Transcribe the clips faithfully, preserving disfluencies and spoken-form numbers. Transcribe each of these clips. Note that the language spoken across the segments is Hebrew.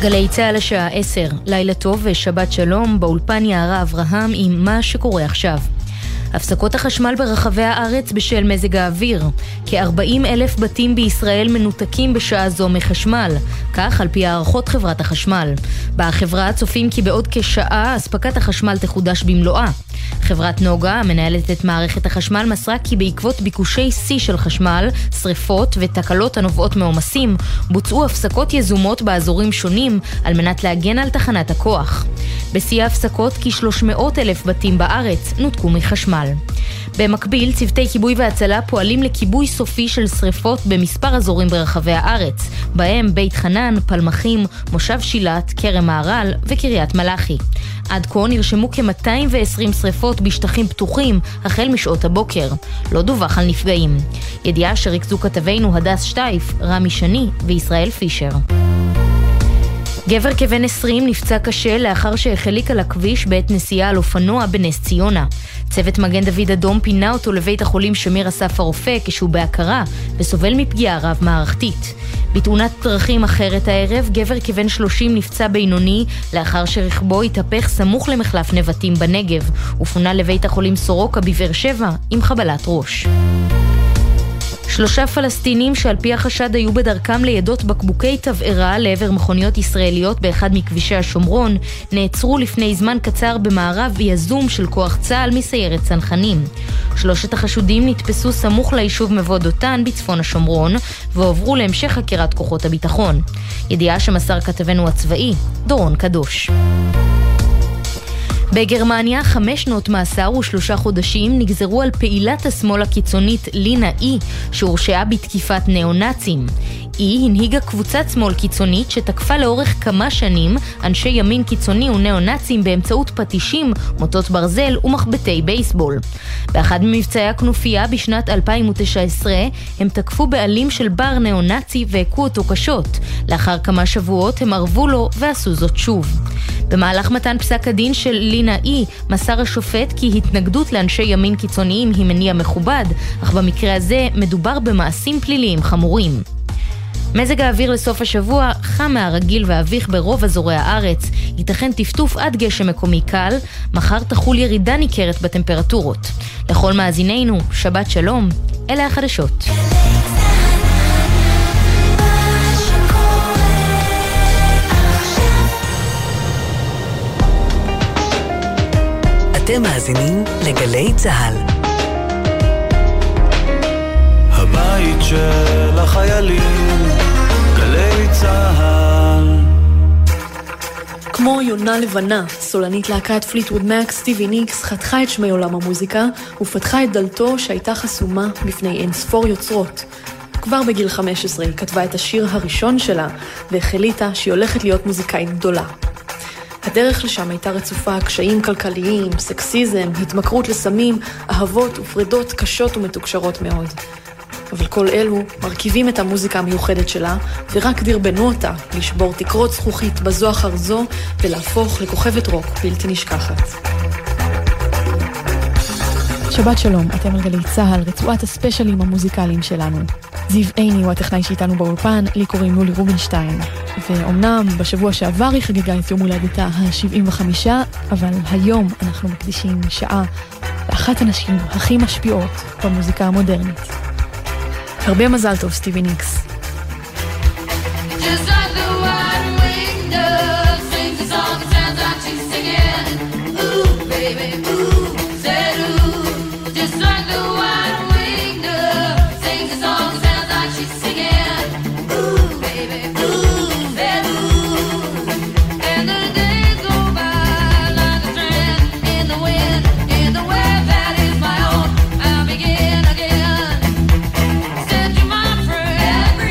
גלי צהל השעה עשר, לילה טוב ושבת שלום, באולפן יערה אברהם עם מה שקורה עכשיו. הפסקות החשמל ברחבי הארץ בשל מזג האוויר. כ-ארבעים אלף בתים בישראל מנותקים בשעה זו מחשמל, כך על פי הערכות חברת החשמל. בחברה צופים כי בעוד כשעה אספקת החשמל תחודש במלואה. חברת נוגה, המנהלת את מערכת החשמל, מסרה כי בעקבות ביקושי שיא של חשמל, שריפות ותקלות הנובעות מעומסים, בוצעו הפסקות יזומות באזורים שונים על מנת להגן על תחנת הכוח. בשיא ההפסקות כ-שלוש מאות אלף בתים בארץ נותקו מחשמל. במקביל, צוותי כיבוי והצלה פועלים לכיבוי סופי של שריפות במספר אזורים ברחבי הארץ, בהם בית חנן, פלמחים, מושב שילת, כרם מהר"ל וקריית מלאכי. עד כה נרשמו כ-מאתיים ועשרים שריפות בשטחים פתוחים החל משעות הבוקר. לא דווח על נפגעים. ידיעה שריכזו כתבינו הדס שטייף, רמי שני וישראל פישר. גבר כבן עשרים נפצע קשה לאחר שהחליק על הכביש בעת נסיעה על אופנוע בנס ציונה. צוות מגן דוד אדום פינה אותו לבית החולים שמיר אסף הרופא כשהוא בהכרה וסובל מפגיעה רב מערכתית. בתאונת דרכים אחרת הערב, גבר כבן שלושים נפצע בינוני לאחר שרכבו התהפך סמוך למחלף נבטים בנגב ופונה לבית החולים סורוקה בבאר שבע עם חבלת ראש. שלושה פלסטינים שעל פי החשד היו בדרכם לידות בקבוקי תבערה לעבר מכוניות ישראליות באחד מכבישי השומרון, נעצרו לפני זמן קצר במערב יזום של כוח צה"ל מסיירת צנחנים. שלושת החשודים נתפסו סמוך ליישוב מבוא דותן בצפון השומרון, ועוברו להמשך חקירת כוחות הביטחון. ידיעה שמסר כתבנו הצבאי, דורון קדוש. בגרמניה חמש שנות מאסר ושלושה חודשים נגזרו על פעילת השמאל הקיצונית לינה אי, שהורשעה בתקיפת נאו-נאצים. היא הנהיגה קבוצת שמאל קיצונית שתקפה לאורך כמה שנים אנשי ימין קיצוני ונאו-נאצים באמצעות פטישים, מוטות ברזל ומחבטי בייסבול. באחד ממבצעי הכנופיה בשנת אלפיים ותשע עשרה הם תקפו בעלים של בר נאו-נאצי והכו אותו קשות. לאחר כמה שבועות הם ערבו לו ועשו זאת שוב. במהלך מתן פסק הדין של לינה אי מסר השופט כי התנגדות לאנשי ימין קיצוניים היא מניע מכובד, אך במקרה הזה מדובר במעשים פליליים חמורים. מזג האוויר לסוף השבוע חם מהרגיל ואביך ברוב אזורי הארץ, ייתכן טפטוף עד גשם מקומי קל, מחר תחול ירידה ניכרת בטמפרטורות. לכל מאזינינו, שבת שלום, אלה החדשות. אתם מאזינים לגלי צהל. הבית של החיילים, גלי צהל. כמו יונה לבנה, סולנית להקת פליטווד מק, סטיבי ניקס חתכה את שמי עולם המוזיקה ופתחה את דלתו שהייתה חסומה בפני אין ספור יוצרות. כבר בגיל חמש עשרה היא כתבה את השיר הראשון שלה והחליטה שהיא הולכת להיות מוזיקאית גדולה. הדרך לשם הייתה רצופה קשיים כלכליים, סקסיזם, התמכרות לסמים, אהבות ופרדות קשות ומתוקשרות מאוד. אבל כל אלו מרכיבים את המוזיקה המיוחדת שלה, ורק דרבנו אותה לשבור תקרות זכוכית בזו אחר זו, ולהפוך לכוכבת רוק בלתי נשכחת. שבת שלום, אתם על גלי צהל, רצועת הספיישלים המוזיקליים שלנו. זיו עיני הוא הטכנאי שאיתנו באולפן, לי קוראים נולי רובינשטיין. ואומנם בשבוע שעבר היא חגגה את יום הולדתה ה-שבעים וחמישה, אבל היום אנחנו מקדישים שעה לאחת הנשים הכי משפיעות במוזיקה המודרנית. הרבה מזל טוב, סטיבי ניקס. Every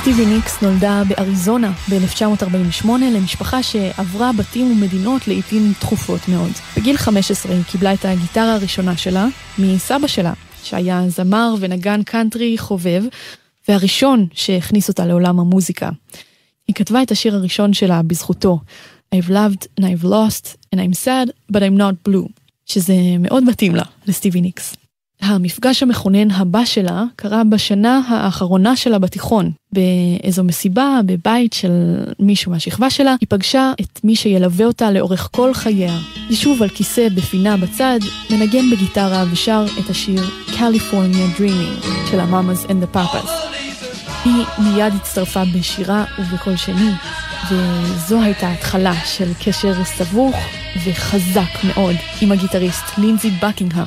סטיבי ניקס נולדה באריזונה ב-אלף תשע מאות ארבעים ושמונה למשפחה שעברה בתים ומדינות לעתים תכופות מאוד. בגיל חמש עשרה היא קיבלה את הגיטרה הראשונה שלה מסבא שלה, שהיה זמר ונגן קאנטרי חובב, והראשון שהכניס אותה לעולם המוזיקה. היא כתבה את השיר הראשון שלה בזכותו, I've loved and I've lost and I'm sad but I'm not blue, שזה מאוד מתאים לה, לסטיבי ניקס. המפגש המכונן הבא שלה קרה בשנה האחרונה שלה בתיכון. באיזו מסיבה, בבית של מישהו מהשכבה שלה, היא פגשה את מי שילווה אותה לאורך כל חייה. ישוב על כיסא בפינה בצד, מנגן בגיטרה ושר את השיר California Dreaming של ה-Mamas and the Papas. היא מיד הצטרפה בשירה ובקול שני, וזו הייתה התחלה של קשר סבוך וחזק מאוד עם הגיטריסט לינזי בקינגהאם.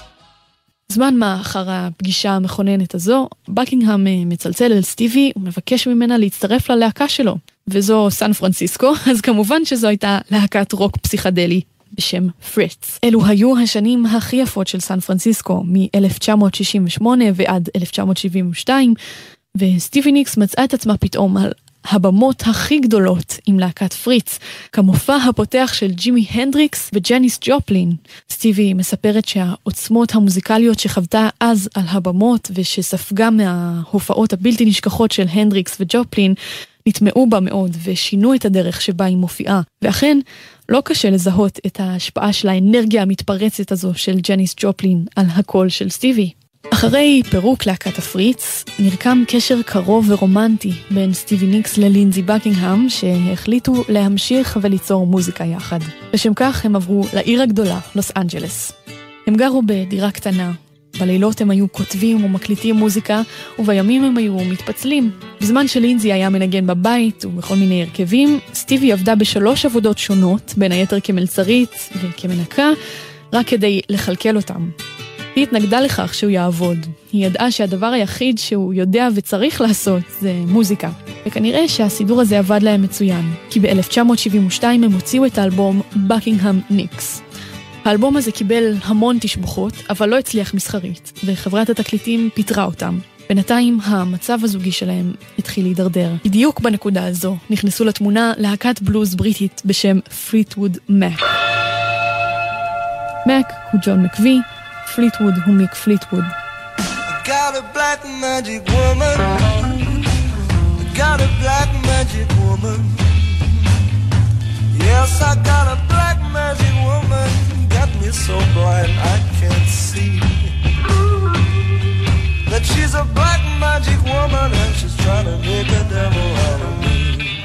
זמן מה אחר הפגישה המכוננת הזו, בקינגהאם מצלצל אל סטיבי ומבקש ממנה להצטרף ללהקה שלו, וזו סן פרנסיסקו, אז כמובן שזו הייתה להקת רוק פסיכדלי בשם פריץ. אלו היו השנים הכי יפות של סן פרנסיסקו, מ-אלף תשע מאות שישים ושמונה ועד אלף תשע מאות שבעים ושתיים, וסטיבי ניקס מצאה את עצמה פתאום על הבמות הכי גדולות עם להקת פריץ, כמופע הפותח של ג'ימי הנדריקס וג'ניס ג'ופלין. סטיבי מספרת שהעוצמות המוזיקליות שחוותה אז על הבמות ושספגה מההופעות הבלתי נשכחות של הנדריקס וג'ופלין נטמעו בה מאוד ושינו את הדרך שבה היא מופיעה. ואכן, לא קשה לזהות את ההשפעה של האנרגיה המתפרצת הזו של ג'ניס ג'ופלין על הקול של סטיבי. אחרי פירוק להקת הפריץ, נרקם קשר קרוב ורומנטי בין סטיבי ניקס ללינזי בקינגהאם, שהחליטו להמשיך וליצור מוזיקה יחד. לשם כך הם עברו לעיר הגדולה, לוס אנג'לס. הם גרו בדירה קטנה. בלילות הם היו כותבים ומקליטים מוזיקה, ובימים הם היו מתפצלים. בזמן שלינזי היה מנגן בבית ובכל מיני הרכבים, סטיבי עבדה בשלוש עבודות שונות, בין היתר כמלצרית וכמנקה, רק כדי לחלקל אותם. היא התנגדה לכך שהוא יעבוד. היא ידעה שהדבר היחיד שהוא יודע וצריך לעשות זה מוזיקה. וכנראה שהסידור הזה עבד להם מצוין, כי ב-אלף תשע מאות שבעים ושתיים הם הוציאו את האלבום בקינגהאם ניקס. האלבום הזה קיבל המון תשבחות, אבל לא הצליח מסחרית, וחברת התקליטים פיטרה אותם. בינתיים המצב הזוגי שלהם התחיל להידרדר. בדיוק בנקודה הזו נכנסו לתמונה להקת בלוז בריטית בשם פליטווד מק. מק הוא ג'ון מקווי, פליטווד הוא מיק פליטווד. Got a black magic woman. Got a black magic woman. Yes, I got a black magic woman. Got me so blind I can't see that she's a black magic woman and she's trying to make a devil out of me.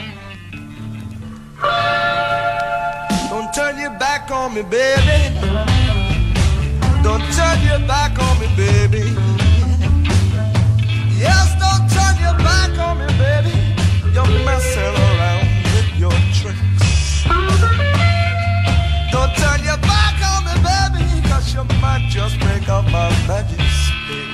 Don't turn your back on me, baby. Don't turn your back on me, baby. Yes, don't turn your back on me, baby. You're messing around with your tricks. Don't turn your back on me, baby, 'cause you might just break up my magic spell.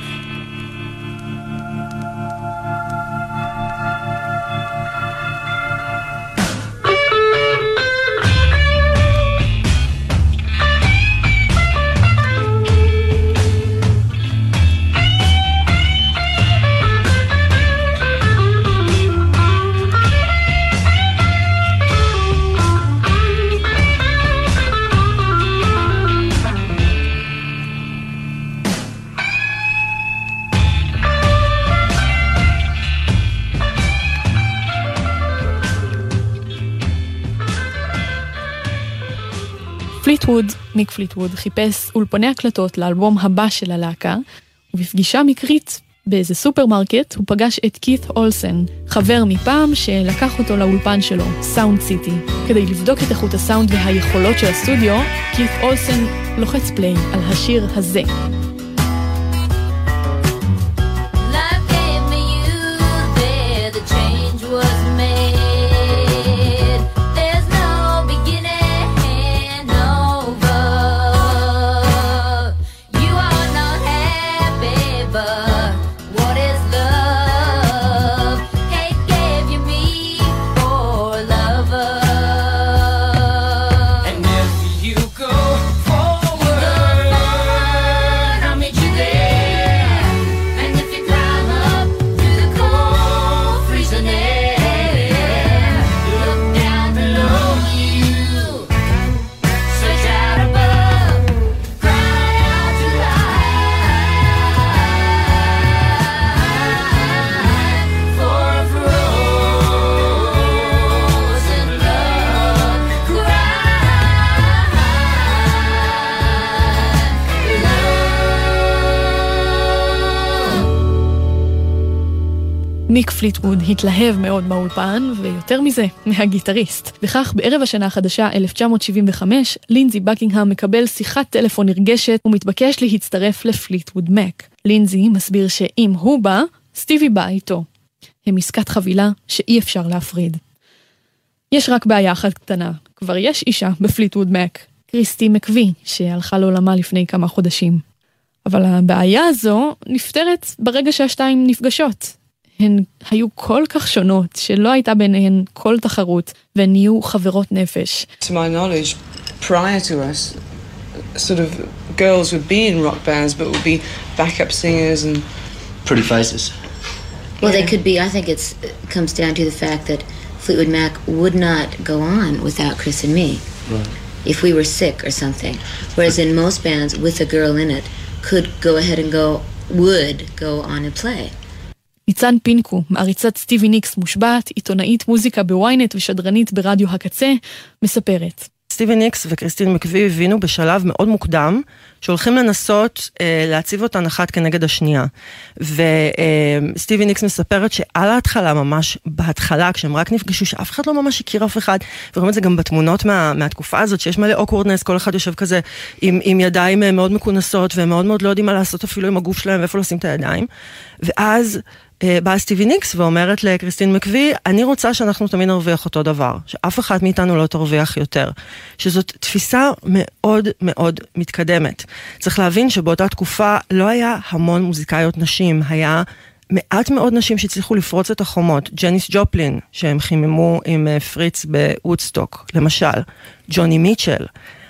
פליטווד, מיק פליטווד, חיפש אולפני הקלטות לאלבום הבא של הלהקה, ובפגישה מקרית באיזה סופרמרקט הוא פגש את קית' אולסן, חבר מפעם שלקח אותו לאולפן שלו, סאונד סיטי. כדי לבדוק את איכות הסאונד והיכולות של הסטודיו, קית' אולסן לוחץ פליי על השיר הזה. And if you go forward ניק פליטווד התלהב מאוד באולפן, ויותר מזה, מהגיטריסט. וכך, בערב השנה החדשה אלף תשע מאות שבעים וחמש, לינזי בקינגהאם מקבל שיחת טלפון נרגשת ומתבקש להצטרף לפליטווד מק. לינזי מסביר שאם הוא בא, סטיבי בא איתו. הם עסקת חבילה שאי אפשר להפריד. יש רק בעיה אחת קטנה, כבר יש אישה בפליטווד מק, קריסטי מקווי, שהלכה לעולמה לפני כמה חודשים. אבל הבעיה הזו נפתרת ברגע שהשתיים נפגשות. הן היו כל כך שונות, שלא הייתה ביניהן כל תחרות, והן נהיו חברות נפש. To my knowledge, prior to us, sort of girls would be in rock bands, but would be backup singers and pretty faces. Well, they could be. I think it's, it comes down to the fact that Fleetwood Mac would not go on without Chris and me. Right. If we were sick or something. Whereas in most bands, with a girl in it, could go ahead and go, would go on and play. ניצן פינקו, מעריצת סטיבי ניקס מושבעת, עיתונאית מוזיקה בוויינט ושדרנית ברדיו הקצה, מספרת. סטיבי ניקס וקריסטין מקווי הבינו בשלב מאוד מוקדם, שהולכים לנסות אה, להציב אותן אחת כנגד השנייה. וסטיבי אה, ניקס מספרת שעל ההתחלה, ממש בהתחלה, כשהם רק נפגשו, שאף אחד לא ממש הכיר אף אחד, ורואים את זה גם בתמונות מה, מהתקופה הזאת, שיש מלא אוקוורדנס, כל אחד יושב כזה עם, עם ידיים מאוד מכונסות, והם מאוד מאוד לא יודעים מה לעשות אפילו עם הגוף שלהם, ואיפה לשים את הידיים. ואז באה סטיבי ניקס ואומרת לקריסטין מקווי, אני רוצה שאנחנו תמיד נרוויח אותו דבר, שאף אחד מאיתנו לא תרוויח יותר, שזאת תפיסה מאוד מאוד מתקדמת. צריך להבין שבאותה תקופה לא היה המון מוזיקאיות נשים, היה מעט מאוד נשים שהצליחו לפרוץ את החומות, ג'ניס ג'ופלין, שהם חיממו עם פריץ בוודסטוק, למשל, ג'וני מיטשל,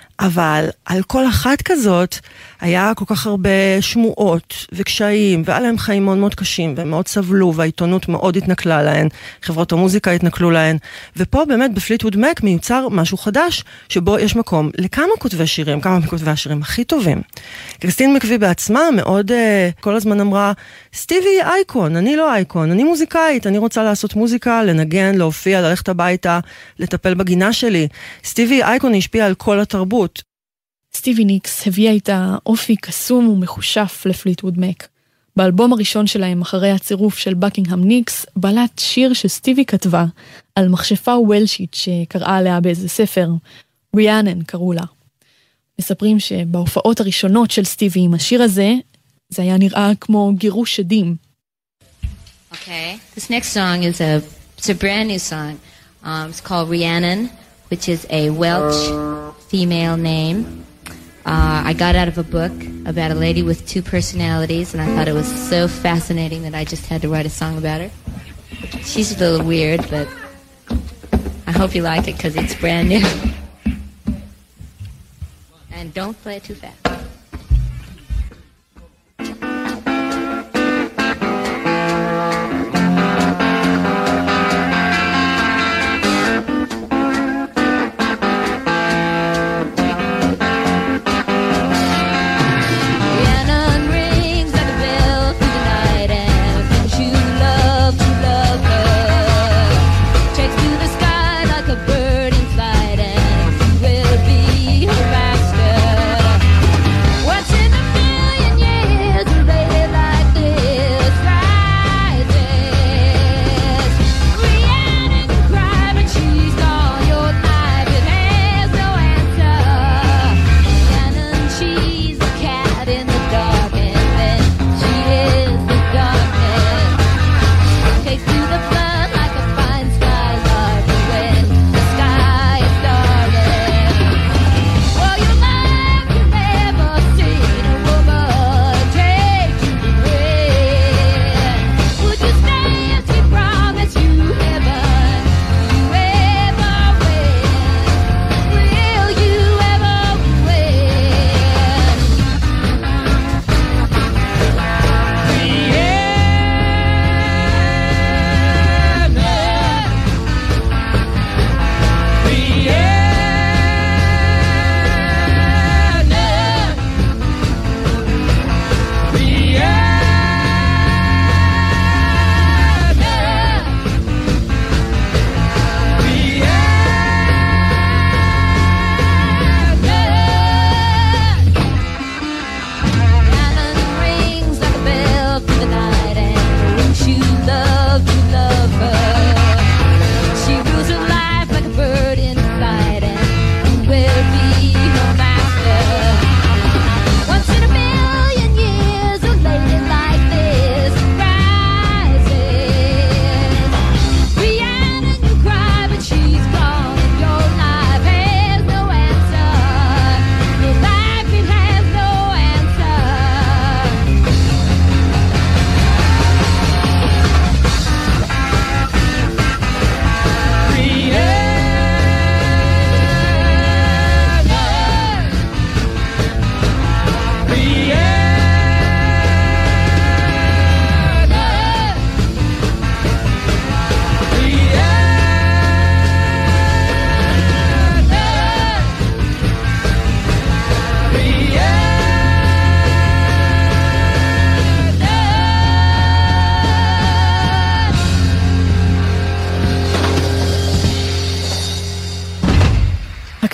אבל על כל אחת כזאת היה כל כך הרבה שמועות וקשיים, והיה להם חיים מאוד מאוד קשים, והם מאוד סבלו, והעיתונות מאוד התנכלה להן, חברות המוזיקה התנכלו להן, ופה באמת בפליטווד מק מיוצר משהו חדש, שבו יש מקום לכמה כותבי שירים, כמה מכותבי השירים הכי טובים. קריסטין מקווי בעצמה מאוד כל הזמן אמרה, סטיבי אייקון, אני לא אייקון, אני מוזיקאית, אני רוצה לעשות מוזיקה, לנגן, להופיע, ללכת הביתה, לטפל בגינה שלי. סטיבי אייקון השפיע על כל התרבות. סטיבי ניקס הביאה איתה אופי קסום ומחושף לפליטווד מק. באלבום הראשון שלהם, אחרי הצירוף של בקינגהאם ניקס, בלט שיר שסטיבי כתבה על מכשפה וולשית שקראה עליה באיזה ספר, ריאנן קראו לה. מספרים שבהופעות הראשונות של סטיבי עם השיר הזה, זה היה נראה כמו גירוש שדים. Okay, this next song is a, it's a brand new song. Um, it's called Rhiannon, which is a Welsh female name. Uh, I got out of a book about a lady with two personalities, and I thought it was so fascinating that I just had to write a song about her. She's a little weird, but I hope you like it because it's brand new. And don't play it too fast. Bird in flight and will be her master.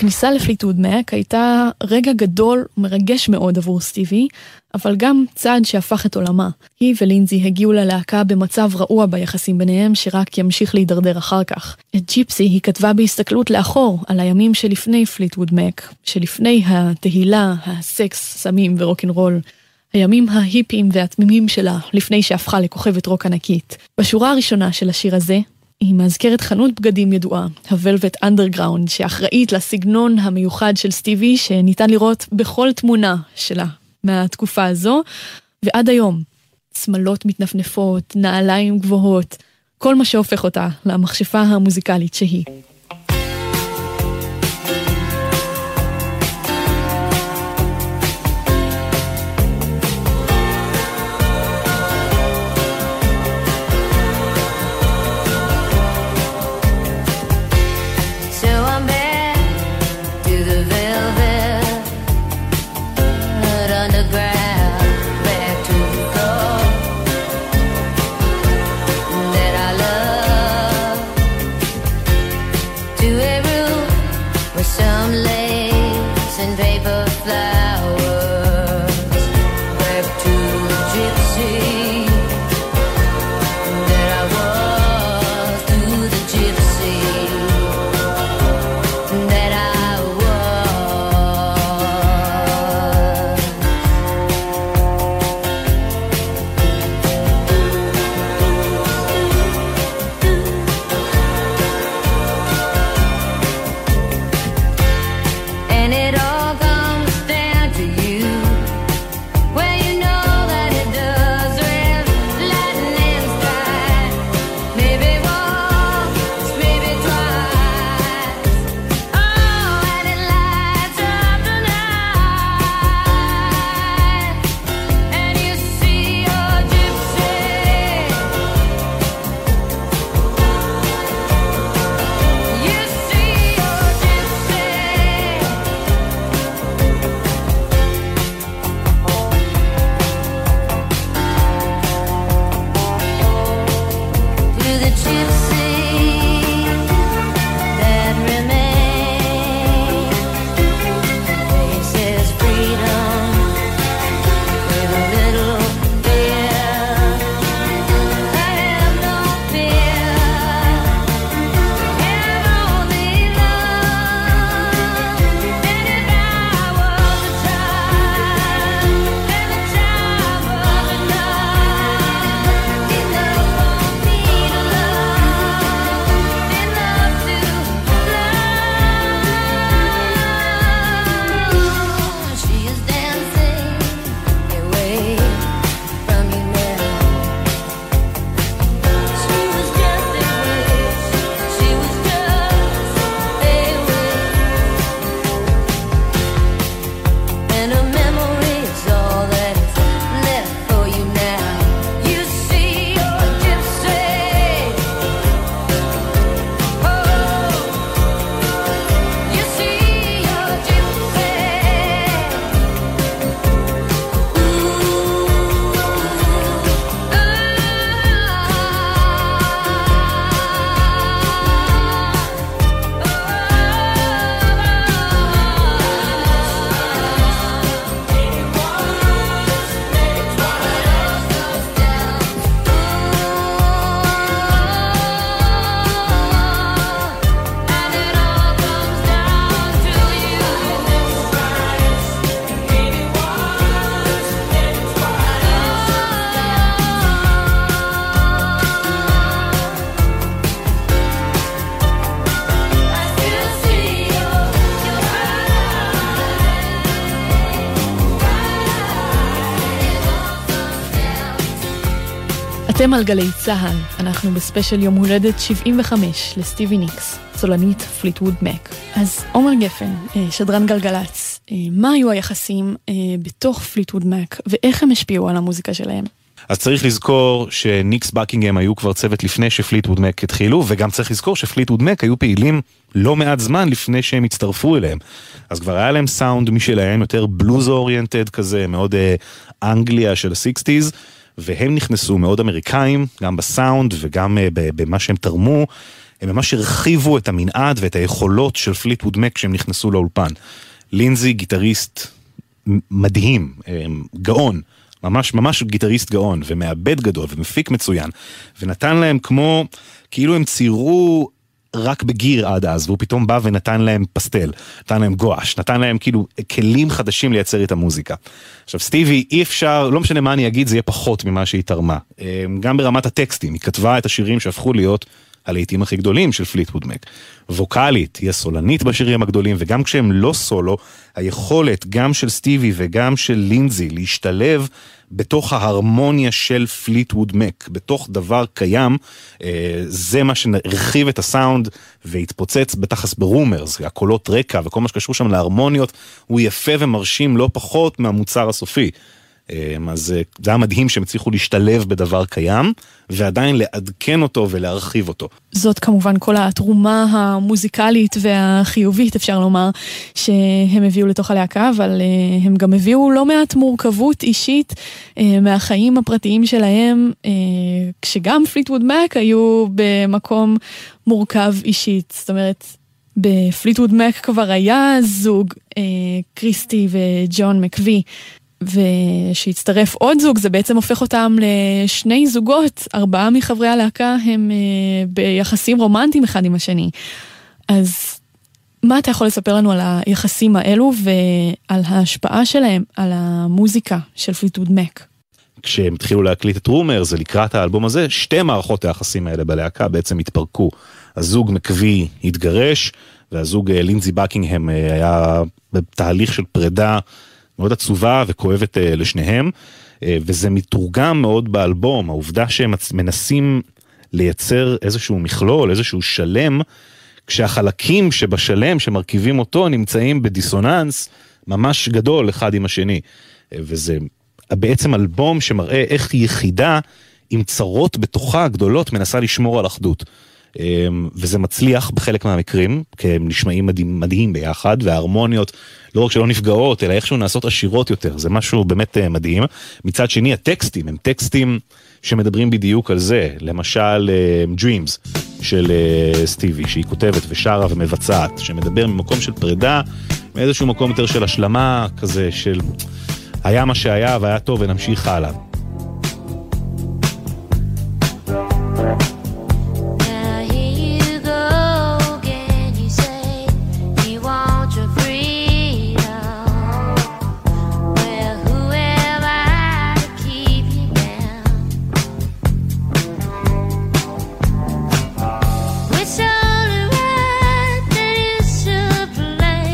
הכניסה לפליטווד מק הייתה רגע גדול ומרגש מאוד עבור סטיבי, אבל גם צעד שהפך את עולמה. היא ולינזי הגיעו ללהקה במצב רעוע ביחסים ביניהם שרק ימשיך להידרדר אחר כך. את ג'יפסי היא כתבה בהסתכלות לאחור על הימים שלפני פליטווד מק, שלפני התהילה, הסקס, סמים ורוקנרול. הימים ההיפיים והתמימים שלה לפני שהפכה לכוכבת רוק ענקית. בשורה הראשונה של השיר הזה, היא מזכרת חנות בגדים ידועה, ה-Velvet Underground, שאחראית לסגנון המיוחד של סטיבי, שניתן לראות בכל תמונה שלה מהתקופה הזו, ועד היום, צמלות מתנפנפות, נעליים גבוהות, כל מה שהופך אותה למכשפה המוזיקלית שהיא. אתם על גלי צהל, אנחנו בספיישל יום הולדת שבעים וחמש לסטיבי ניקס, סולנית פליטווד מק. אז עומר גפן, שדרן גלגלץ, מה היו היחסים בתוך פליטווד מק ואיך הם השפיעו על המוזיקה שלהם? אז צריך לזכור שניקס בקינגהם היו כבר צוות לפני שפליטווד מק התחילו, וגם צריך לזכור שפליטווד מק היו פעילים לא מעט זמן לפני שהם הצטרפו אליהם. אז כבר היה להם סאונד משלהם, יותר בלוז אוריינטד כזה, מאוד אה, אנגליה של ה-סיקסטיז, והם נכנסו מאוד אמריקאים, גם בסאונד וגם אה, במה שהם תרמו, הם ממש הרחיבו את המנעד ואת היכולות של פליטווד מק כשהם נכנסו לאולפן. לינזי גיטריסט מדהים, גאון, ממש ממש גיטריסט גאון, ומעבד גדול ומפיק מצוין, ונתן להם כמו, כאילו הם ציירו רק בגיר עד אז, והוא פתאום בא ונתן להם פסטל, נתן להם גואש, נתן להם כאילו כלים חדשים לייצר את המוזיקה. עכשיו סטיבי, אי אפשר, לא משנה מה אני אגיד, זה יהיה פחות ממה שהיא תרמה. גם ברמת הטקסטים, היא כתבה את השירים שהפכו להיות הלהיטים הכי גדולים של פליטווד מק. ווקלית, היא הסולנית בשירים הגדולים, וגם כשהם לא סולו, היכולת גם של סטיבי וגם של לינזי להשתלב בתוך ההרמוניה של פליטווד מק, בתוך דבר קיים, זה מה שהרחיב את הסאונד והתפוצץ בתחס ברומרס, הקולות רקע וכל מה שקשור שם להרמוניות, הוא יפה ומרשים לא פחות מהמוצר הסופי. אז זה היה מדהים שהם הצליחו להשתלב בדבר קיים, ועדיין לעדכן אותו ולהרחיב אותו. זאת כמובן כל התרומה המוזיקלית והחיובית, אפשר לומר, שהם הביאו לתוך הלהקה, אבל הם גם הביאו לא מעט מורכבות אישית מהחיים הפרטיים שלהם, כשגם פליטווד מק היו במקום מורכב אישית. זאת אומרת, בפליטווד מק כבר היה זוג, קריסטי וג'ון מקווי, ושהצטרף עוד זוג, זה בעצם הופך אותם לשני זוגות, ארבעה מחברי הלהקה הם ביחסים רומנטיים אחד עם השני. אז מה אתה יכול לספר לנו על היחסים האלו ועל ההשפעה שלהם על המוזיקה של פליטווד מק? כשהם התחילו להקליט את רומר, זה לקראת האלבום הזה, שתי מערכות היחסים האלה בלהקה בעצם התפרקו. הזוג מקווי התגרש, והזוג לינזי בקינגהם היה בתהליך של פרידה מאוד עצובה וכואבת לשניהם, וזה מתורגם מאוד באלבום, העובדה שהם מנסים לייצר איזשהו מכלול, איזשהו שלם, כשהחלקים שבשלם שמרכיבים אותו נמצאים בדיסוננס ממש גדול אחד עם השני, וזה בעצם אלבום שמראה איך יחידה עם צרות בתוכה גדולות מנסה לשמור על אחדות. וזה מצליח בחלק מהמקרים, כי הם נשמעים מדהים, מדהים ביחד, וההרמוניות לא רק שלא נפגעות, אלא איכשהו נעשות עשירות יותר, זה משהו באמת מדהים. מצד שני, הטקסטים הם טקסטים שמדברים בדיוק על זה, למשל Dreams של סטיבי, שהיא כותבת ושרה ומבצעת, שמדבר ממקום של פרידה, מאיזשהו מקום יותר של השלמה, כזה של היה מה שהיה והיה טוב ונמשיך הלאה.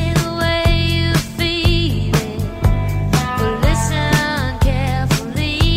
Listen carefully.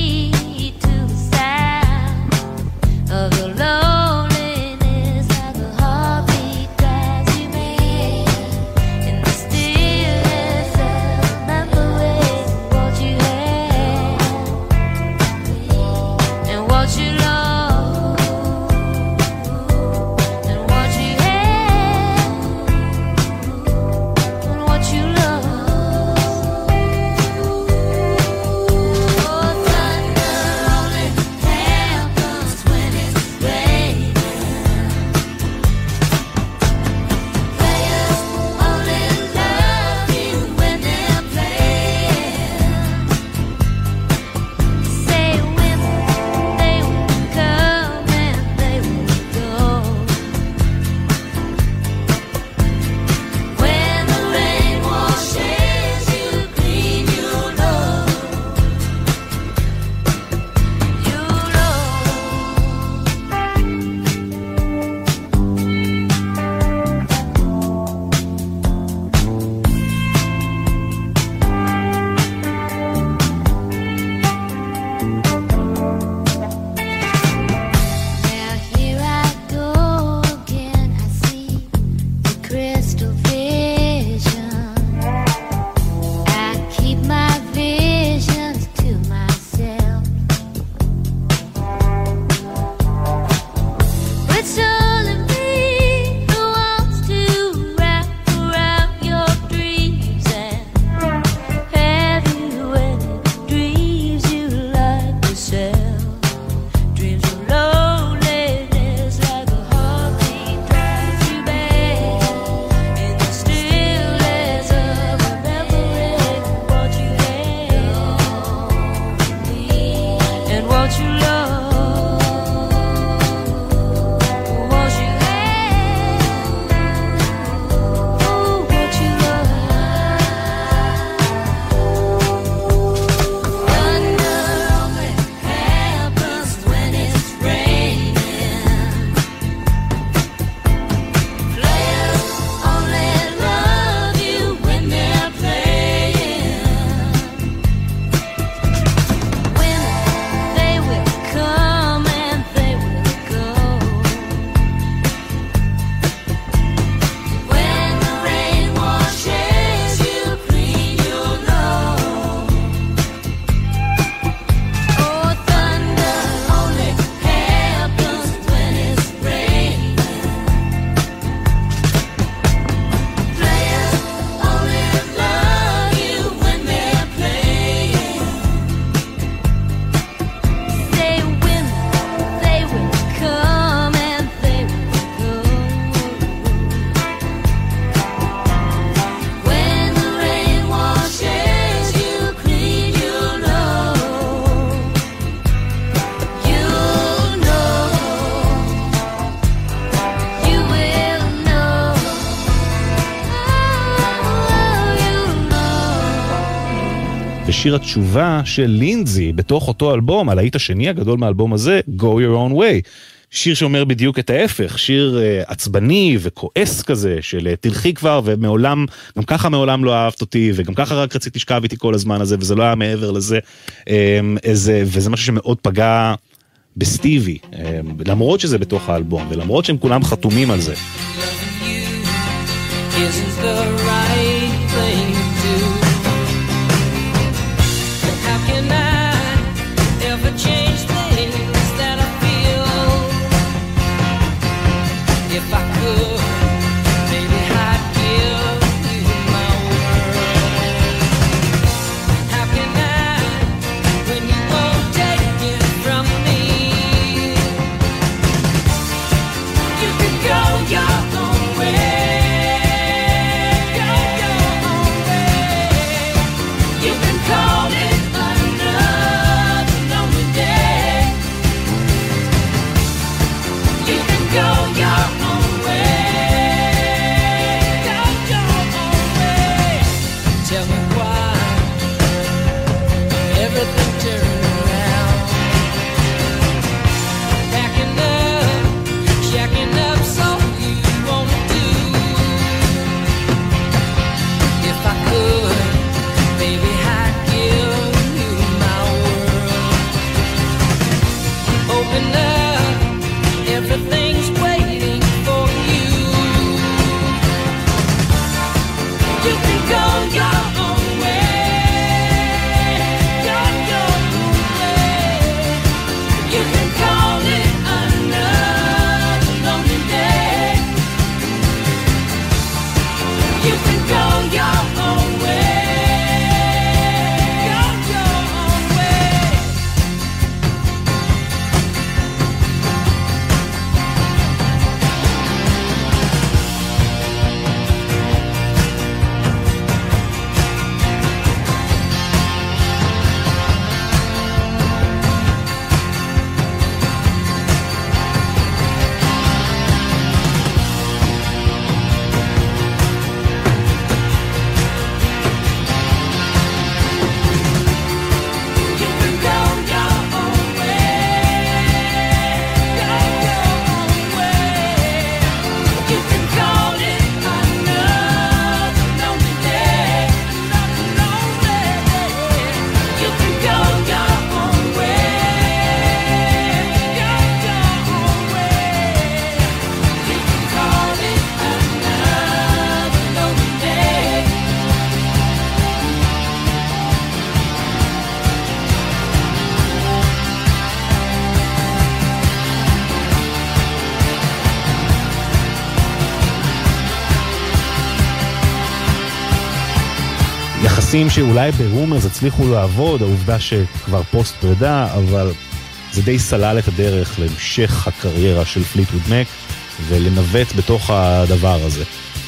שיר התשובה של לינזי בתוך אותו אלבום, הלהיט השני הגדול מהאלבום הזה, Go Your Own Way. שיר שאומר בדיוק את ההפך, שיר uh, עצבני וכועס כזה, של uh, תלכי כבר ומעולם, גם ככה מעולם לא אהבת אותי, וגם ככה רק רצית לשכב איתי כל הזמן הזה, וזה לא היה מעבר לזה, um, איזה, וזה משהו שמאוד פגע בסטיבי, um, למרות שזה בתוך האלבום, ולמרות שהם כולם חתומים על זה. Isn't the right thing to do? How can I ever change things that I feel? If I could, maybe I'd give you my world. How can I, when you won't take it from me? You can go your own way. יחסים שאולי ברומרס הצליחו לעבוד, העובדה שכבר פוסט פרידה, אבל זה די סלל את הדרך להמשך הקריירה של פליטווד מק ולנווט בתוך הדבר הזה.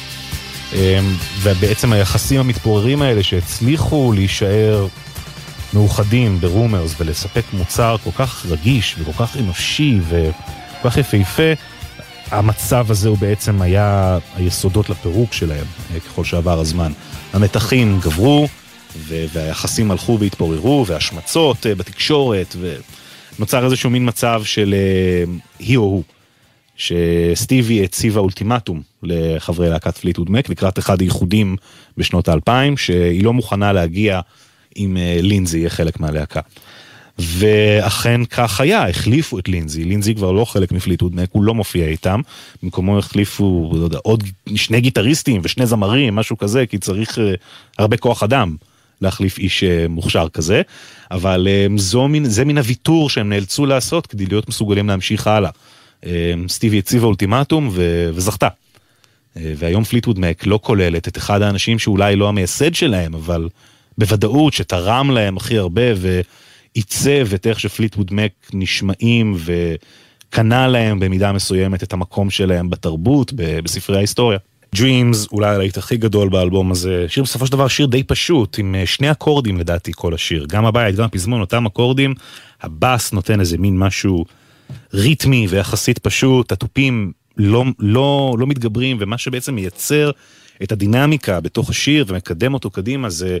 ובעצם היחסים המתפוררים האלה שהצליחו להישאר מאוחדים ברומרס ולספק מוצר כל כך רגיש וכל כך אנושי וכל כך יפהפה, המצב הזה הוא בעצם היה היסודות לפירוק שלהם ככל שעבר הזמן. המתחים גברו והיחסים הלכו והתפוררו והשמצות בתקשורת ונוצר איזשהו מין מצב של היא או הוא, שסטיבי הציבה אולטימטום לחברי להקת פליטווד מק לקראת אחד הייחודים בשנות האלפיים, שהיא לא מוכנה להגיע עם לינזי יהיה חלק מהלהקה. ואכן כך היה, החליפו את לינזי, לינזי כבר לא חלק מפליטווד מק, הוא לא מופיע איתם, במקומו החליפו לא יודע, עוד שני גיטריסטים ושני זמרים, משהו כזה, כי צריך uh, הרבה כוח אדם להחליף איש uh, מוכשר כזה, אבל uh, זו מין, זה מן הוויתור שהם נאלצו לעשות כדי להיות מסוגלים להמשיך הלאה. Uh, סטיבי הציבה אולטימטום ו- וזכתה. Uh, והיום פליטווד מק לא כוללת את אחד האנשים שאולי לא המייסד שלהם, אבל בוודאות שתרם להם הכי הרבה ו... עיצב את איך שפליטווד מק נשמעים וקנה להם במידה מסוימת את המקום שלהם בתרבות, בספרי ההיסטוריה. Dreams, אולי הלהיט הכי גדול באלבום הזה, שיר בסופו של דבר שיר די פשוט, עם שני אקורדים לדעתי כל השיר, גם הבית, גם הפזמון, אותם אקורדים, הבאס נותן איזה מין משהו ריתמי ויחסית פשוט, הטופים לא, לא, לא מתגברים, ומה שבעצם מייצר את הדינמיקה בתוך השיר ומקדם אותו קדימה זה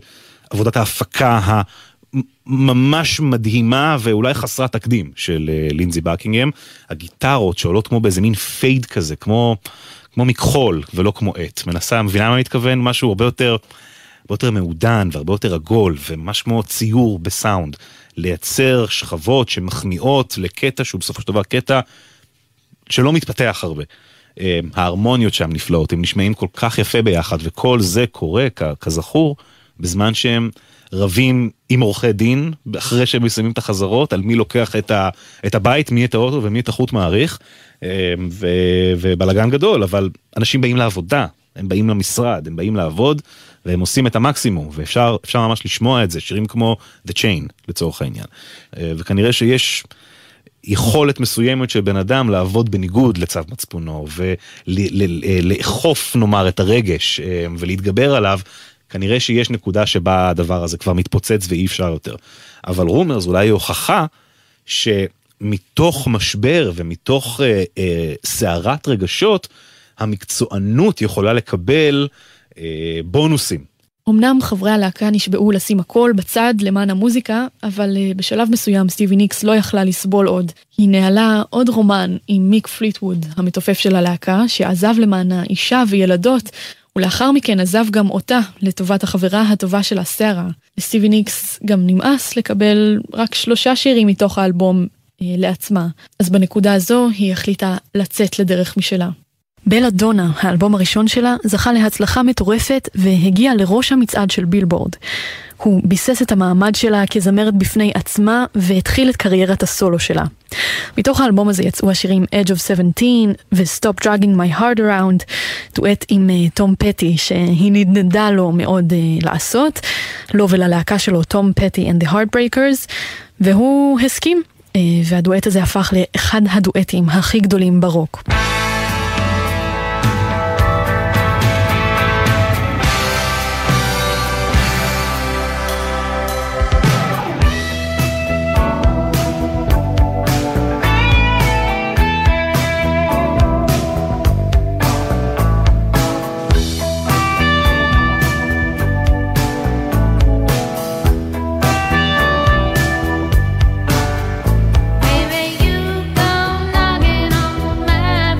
עבודת ההפקה הממש מדהימה ואולי חסרת תקדים של לינזי בקינגהאם, הגיטרות שעולות כמו באיזה מין פייד כזה, כמו, כמו מכחול ולא כמו עט, מנסה, מבינה מה אני מתכוון? משהו הרבה יותר, הרבה יותר מעודן והרבה יותר עגול, וממש כמו ציור בסאונד, לייצר שכבות שמחמיאות לקטע שהוא בסופו של דבר קטע שלא מתפתח הרבה. ההרמוניות שם נפלאות, הם נשמעים כל כך יפה ביחד, וכל זה קורה כזכור, בזמן שהם רבים עם עורכי דין, אחרי שהם מסיימים את החזרות, על מי לוקח את, ה, את הבית, מי את האוטו ומי את החוט מעריך, ו, ובלגן גדול, אבל אנשים באים לעבודה, הם באים למשרד, הם באים לעבוד, והם עושים את המקסימום, ואפשר אפשר ממש לשמוע את זה, שירים כמו The Chain, לצורך העניין. וכנראה שיש יכולת מסוימת של בן אדם לעבוד בניגוד לצו מצפונו, ולאכוף, נאמר, את הרגש, ולהתגבר עליו, כנראה שיש נקודה שבה הדבר הזה כבר מתפוצץ ואי אפשר יותר. אבל רומרס אולי היא הוכחה שמתוך משבר ומתוך אה, אה, סערת רגשות, המקצוענות יכולה לקבל אה, בונוסים. אמנם חברי הלהקה נשבעו לשים הכל בצד למען המוזיקה, אבל uh, בשלב מסוים סטיבי ניקס לא יכלה לסבול עוד. היא נעלה עוד רומן עם מיק פליטווד, המתופף של הלהקה, שעזב למענה אישה וילדות, ולאחר מכן עזב גם אותה לטובת החברה הטובה שלה, סרה. לסטיבי ניקס גם נמאס לקבל רק שלושה שירים מתוך האלבום אה, לעצמה, אז בנקודה הזו היא החליטה לצאת לדרך משלה. בלה דונה, האלבום הראשון שלה, זכה להצלחה מטורפת והגיע לראש המצעד של בילבורד. הוא ביסס את המעמד שלה כזמרת בפני עצמה והתחיל את קריירת הסולו שלה. מתוך האלבום הזה יצאו השירים Edge of seventeen ו-Stop Dragging My Heart Around, דואט עם uh, תום פטי שהיא נדנדה לו מאוד uh, לעשות, לו וללהקה שלו תום פטי and the Heartbreakers, והוא הסכים, uh, והדואט הזה הפך לאחד הדואטים הכי גדולים ברוק. Baby, you go knocking on my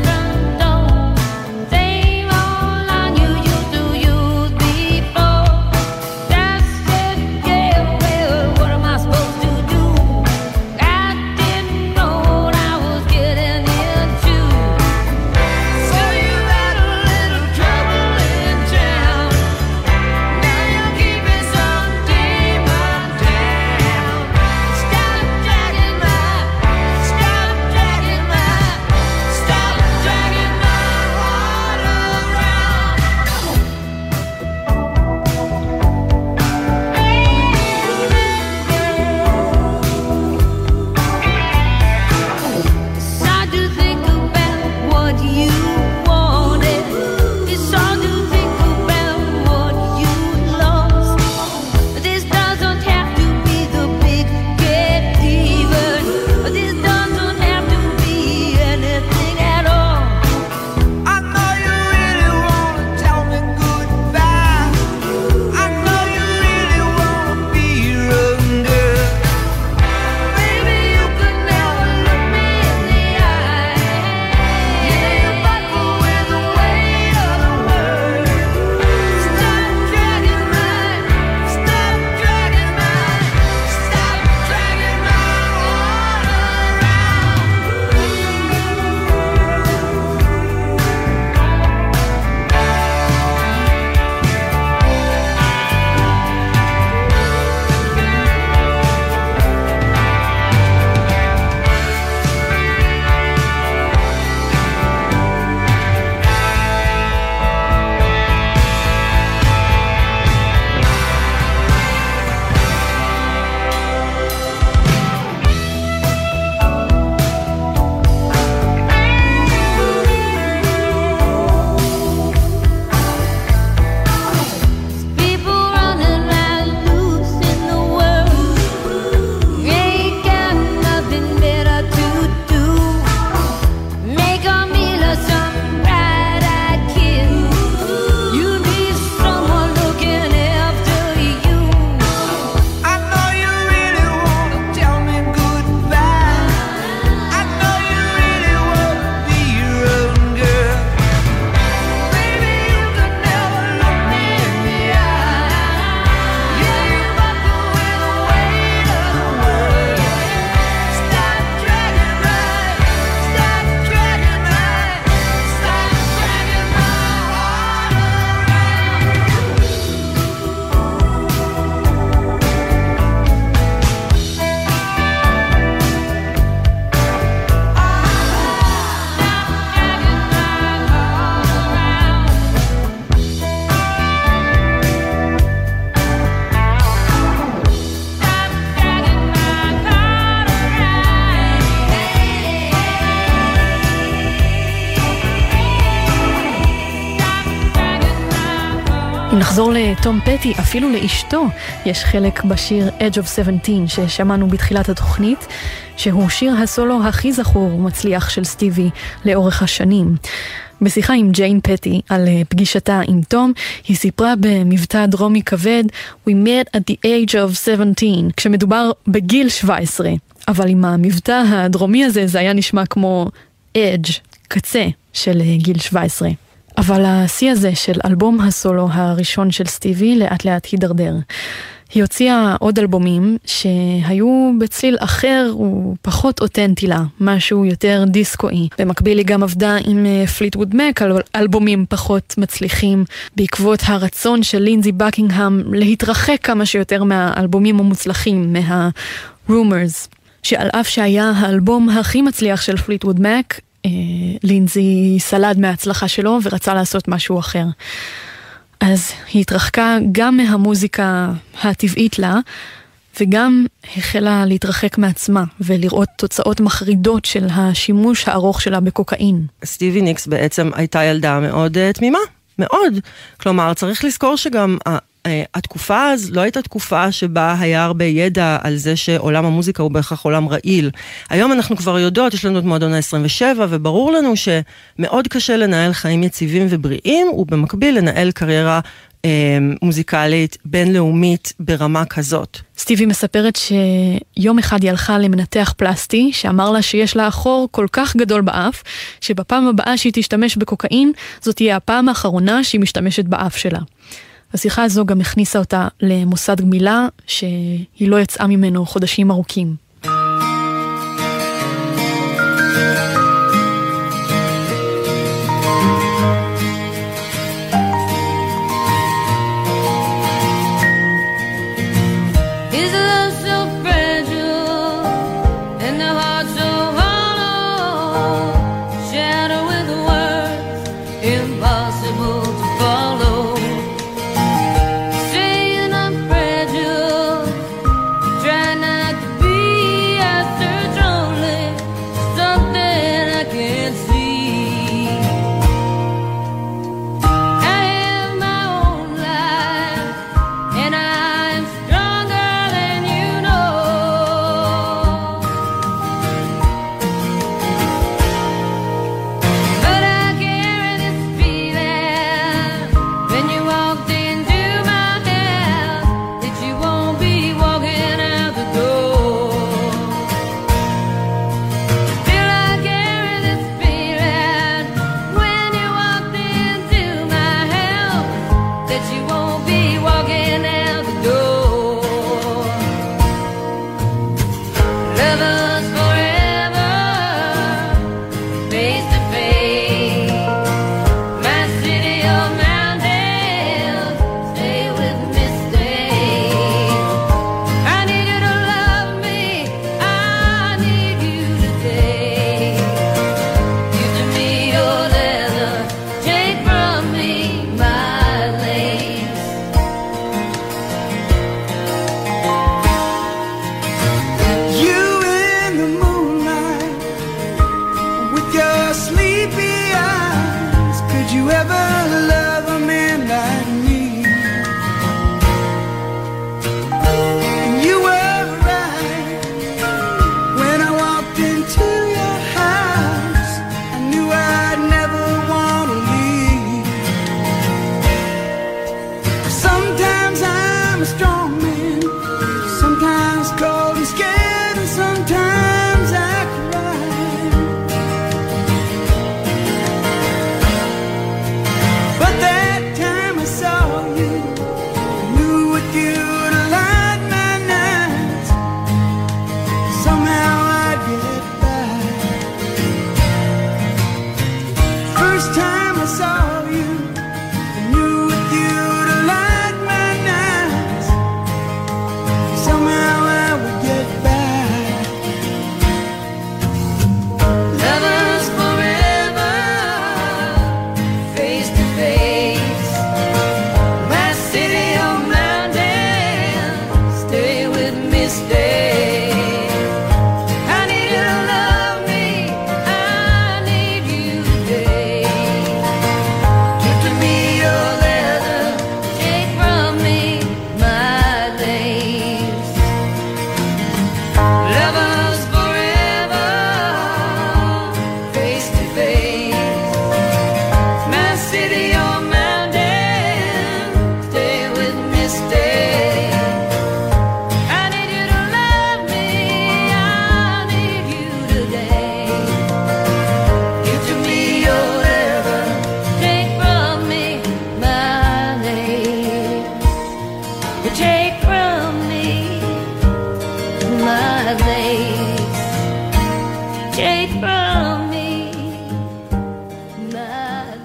אם נחזור לתום פטי, אפילו לאשתו, יש חלק בשיר Edge of שבע עשרה ששמענו בתחילת התוכנית, שהוא שיר הסולו הכי זכור ומצליח של סטיבי לאורך השנים. בשיחה עם ג'יין פטי על פגישתה עם תום, היא סיפרה במבטא דרומי כבד, We met at the age of seventeen, כשמדובר בגיל שבע עשרה. אבל עם המבטא הדרומי הזה זה היה נשמע כמו edge, קצה של גיל שבע עשרה. אבל השיא הזה של אלבום הסולו הראשון של סטיבי לאט לאט הידרדר. היא הוציאה עוד אלבומים שהיו בצליל אחר ופחות אותנטי לה, משהו יותר דיסקואי. במקביל היא גם עבדה עם פליטווד מק על אלבומים פחות מצליחים, בעקבות הרצון של לינזי בקינגהאם להתרחק כמה שיותר מהאלבומים המוצלחים, מה-Rumors, שעל אף שהיה האלבום הכי מצליח של פליטווד מק, לינזי סלד מההצלחה שלו ורצה לעשות משהו אחר. אז היא התרחקה גם מהמוזיקה הטבעית לה, וגם החלה להתרחק מעצמה ולראות תוצאות מחרידות של השימוש הארוך שלה בקוקאין. סטיבי ניקס בעצם הייתה ילדה מאוד uh, תמימה, מאוד. כלומר, צריך לזכור שגם uh, uh, התקופה אז לא הייתה תקופה שבה היה הרבה ידע על זה שעולם המוזיקה הוא בהכרח עולם רעיל. היום אנחנו כבר יודעות, יש לנו את מועדון ה-עשרים ושבע, וברור לנו שמאוד קשה לנהל חיים יציבים ובריאים, ובמקביל לנהל קריירה מוזיקלית בינלאומית ברמה כזאת. סטיבי מספרת שיום אחד היא הלכה למנתח פלסטי שאמר לה שיש לה חור כל כך גדול באף שבפעם הבאה שהיא תשתמש בקוקאין זאת תהיה הפעם האחרונה שהיא משתמשת באף שלה. השיחה הזו גם הכניסה אותה למוסד גמילה שהיא לא יצאה ממנו חודשים ארוכים.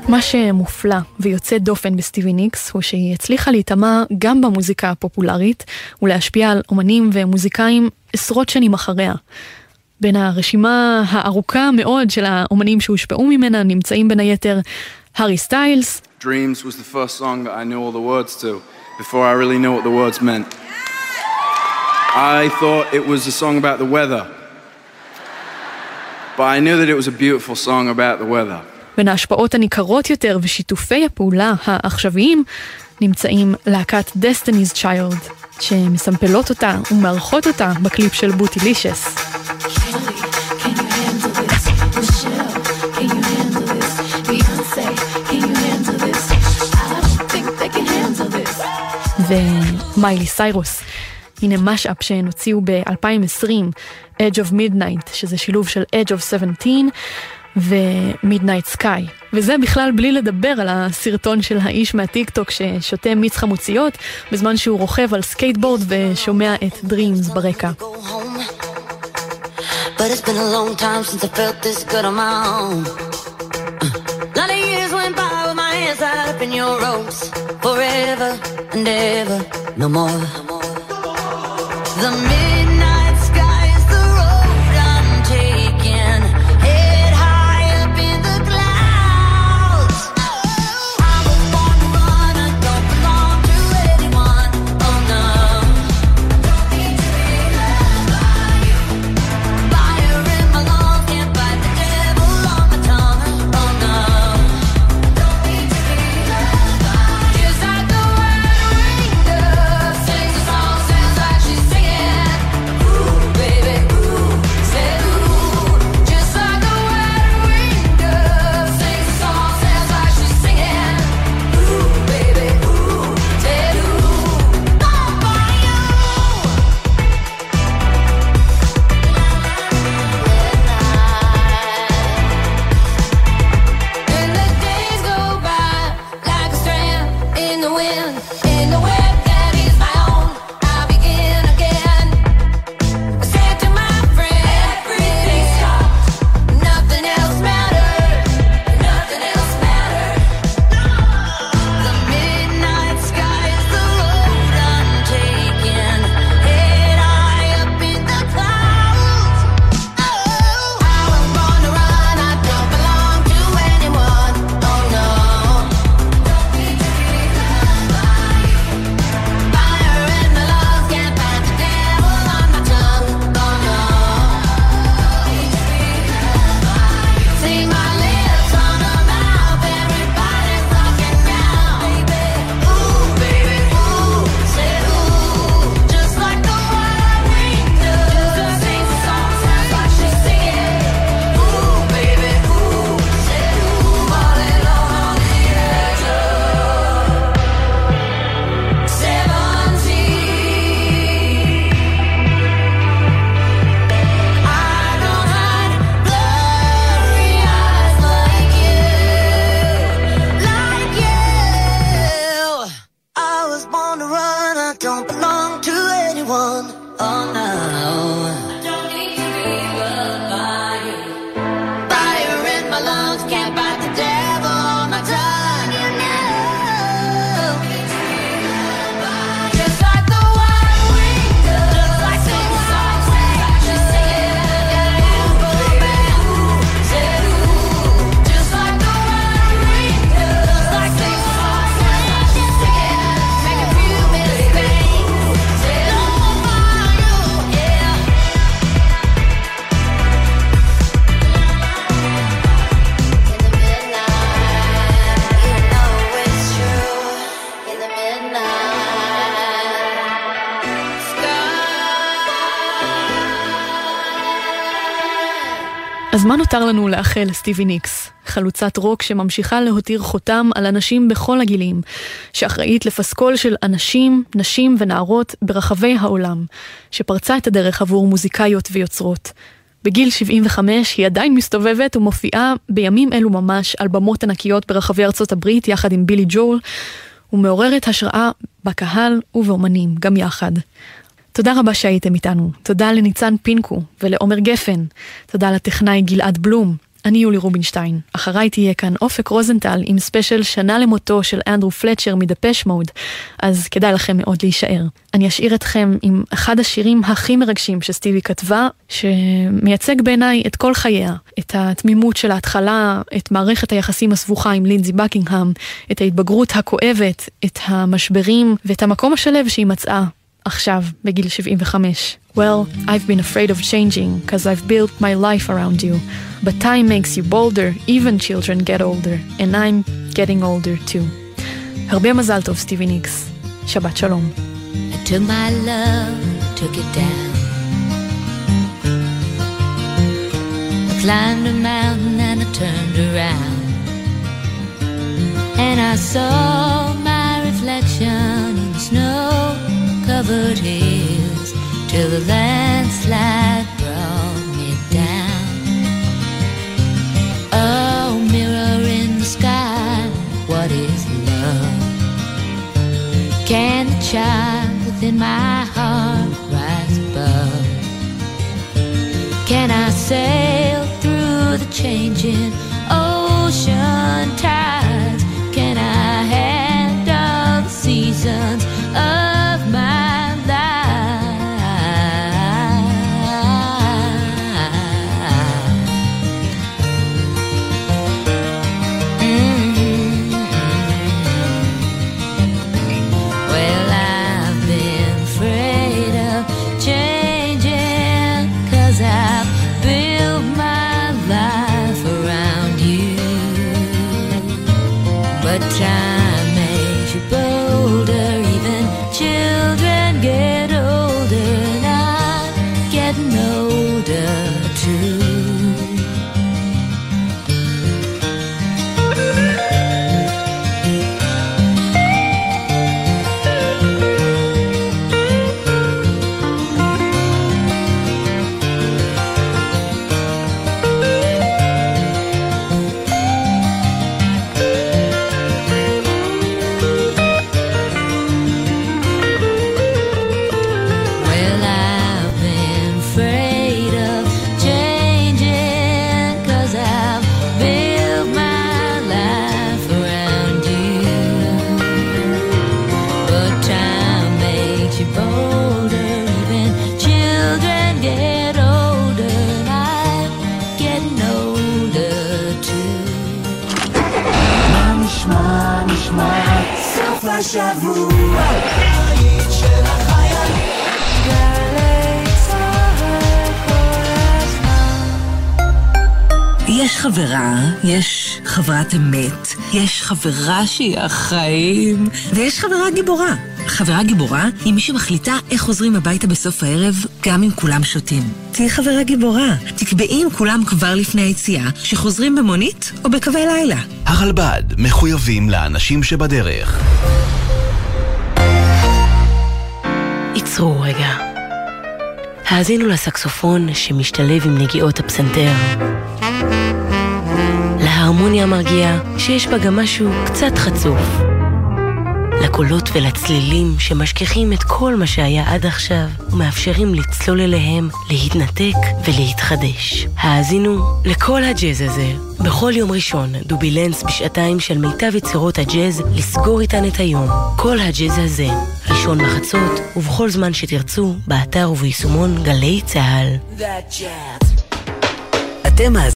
מה שמופלא ויוצא דופן בסטיבי ניקס הוא שהיא הצליחה להתאמה גם במוזיקה הפופולרית ולהשפיע על אומנים ומוזיקאים עשרות שנים אחריה. בין הרשימה הארוכה מאוד של האומנים שהושפעו ממנה נמצאים בין היתר הארי סטיילס. Dreams was the first song that I knew all the words to before I really knew what the words meant. I thought it was a song about the weather. But I knew that it was a beautiful song about the weather. בין ההשפעות הניכרות יותר ושיתופי הפעולה העכשוויים נמצאים להקת Destiny's Child, שמסמפלות אותה ומערכות אותה בקליפ של בוטילישס. ומיילי סיירוס. הנה משאפ שהן הוציאו ב-אלפיים ועשרים, Edge of Midnight, שזה שילוב של Edge of שבע עשרה ו-Midnight Sky. וזה בכלל בלי לדבר על הסרטון של האיש מהטיק-טוק ששותה מיץ חמוציות, בזמן שהוא רוכב על סקייטבורד ושומע את Dreams ברקע. But it's been a long time since I felt this good on my own. A lot of years went by with my hands tied up in your ropes. Forever and ever, no more. The midnight sky is the road I'm taking. Head high up in the clouds. I was born to run, I don't belong to anyone. Oh no. Don't need to be loved by you. Fire in my lungs, can't fight the devil on my tongue. Oh no. Don't need to be loved by you. Just like the wind ringed up, sings a song, sounds like she's singing. Ooh, baby, ooh, said ooh. Just like the wind ringed up, sings a song, sounds like she's singing. Ooh, baby, ooh, said ooh. All by you. And the days go by like a strand in the wind, in the web that is my own. I begin again. I said to my friend, everything stopped. Nothing else mattered. Nothing else mattered. The midnight sky is the road I'm taking. Head high up in the clouds. Oh, I was born to run. I don't belong to anyone. Oh no. Don't need to be loved by you. Fire in my lungs, can't fight the devil on my tongue. Oh no. Don't need to be loved by you. See my lips on a mouth, everybody's talking now. Ooh, baby, ooh, say ooh. Just like the wild wind does. Sings a song, sounds like she's singing. Ooh, baby, ooh, say ooh. Falling on the edge of seventeen. I don't hide blurry eyes like you, like you. I was born to run, I don't belong to anyone. Oh no. I don't need to be loved by you. Fire in my lungs, can't fight the devil on my tongue. You know. Just like the wild wind does. Just like the song, sounds like she's singing. Ooh, baby, ooh, said ooh. Just like the wild wind does. Just like the song, sounds like she's singing. Make a few mistakes. Said ooh, my you, yeah. In the midnight, you know it's true. In the midnight sky. אז מה נותר לנו לאחל לסטיבי ניקס? חלוצת רוק שממשיכה להותיר חותם על אנשים בכל הגילים, שאחראית לפסקול של אנשים, נשים ונערות ברחבי העולם, שפרצה את הדרך עבור מוזיקאיות ויוצרות. בגיל שבעים וחמש היא עדיין מסתובבת ומופיעה בימים אלו ממש על במות ענקיות ברחבי ארצות הברית יחד עם בילי ג'ול, ומעוררת השראה בקהל ובאומנים גם יחד. תודה רבה שהייתם איתנו. תודה לניצן פינקו ולעומר גפן. תודה לטכנאי גלעד בלום. אני יולי רובינשטיין. אחריי תהיה כאן אופק רוזנטל עם ספיישל שנה למותו של אנדרו פלצ'ר מדפש מוד, אז כדאי לכם מאוד להישאר. אני אשאיר אתכם עם אחד השירים הכי מרגשים שסטיבי כתבה, שמייצג בעיניי את כל חייה, את התמימות של ההתחלה, את מערכת היחסים הסבוכה עם לינזי בקינגהאם, את ההתבגרות הכואבת, את המשברים ואת המקום השלב שהיא מצאה עכשיו בגיל שבעים וחמש. Well, I've been afraid of changing, cause I've built my life around you. But time makes you bolder, even children get older, and I'm getting older too. הרבה מזל טוב, סטיבי ניקס. שבת שלום. I took my love, took it down. I climbed a mountain and I turned around. And I saw my reflection in the snow-covered hills, till the landslide brought me down. Oh, mirror in the sky, what is love? Can the child within my heart rise above? Can I sail through the changing ocean tides? Can I handle the seasons of my time makes you bolder, even children get older, and I'm getting older too. השבוע היית של החיילים גלי צהל כל הזמן. יש חברה, יש חברת אמת, יש חברה שהיא החיים, ויש חברה גיבורה. חברה גיבורה היא מי שמחליטה איך חוזרים הביתה בסוף הערב גם אם כולם שותים. תהי חברה גיבורה. תקבעי עם כולם כבר לפני היציאה שחוזרים במונית או בקווי לילה. הרלב"ד מחויבים לאנשים שבדרך. עצרו רגע. האזינו לסקסופון שמשתלב עם נגיעות הפסנתר. להרמוניה המרגיעה שיש בה גם משהו קצת חצוף. לקולות ולצלילים שמשכיחים את כל מה שהיה עד עכשיו ומאפשרים לצלול אליהם, להתנתק ולהתחדש. האזינו לכל הג'אז הזה. בכל יום ראשון דובילנס בשעתיים של מיטב יצירות הג'אז לסגור איתן את היום. כל הג'אז הזה, ראשון בחצות ובכל זמן שתרצו, באתר וביישומון גלי צהל. אתם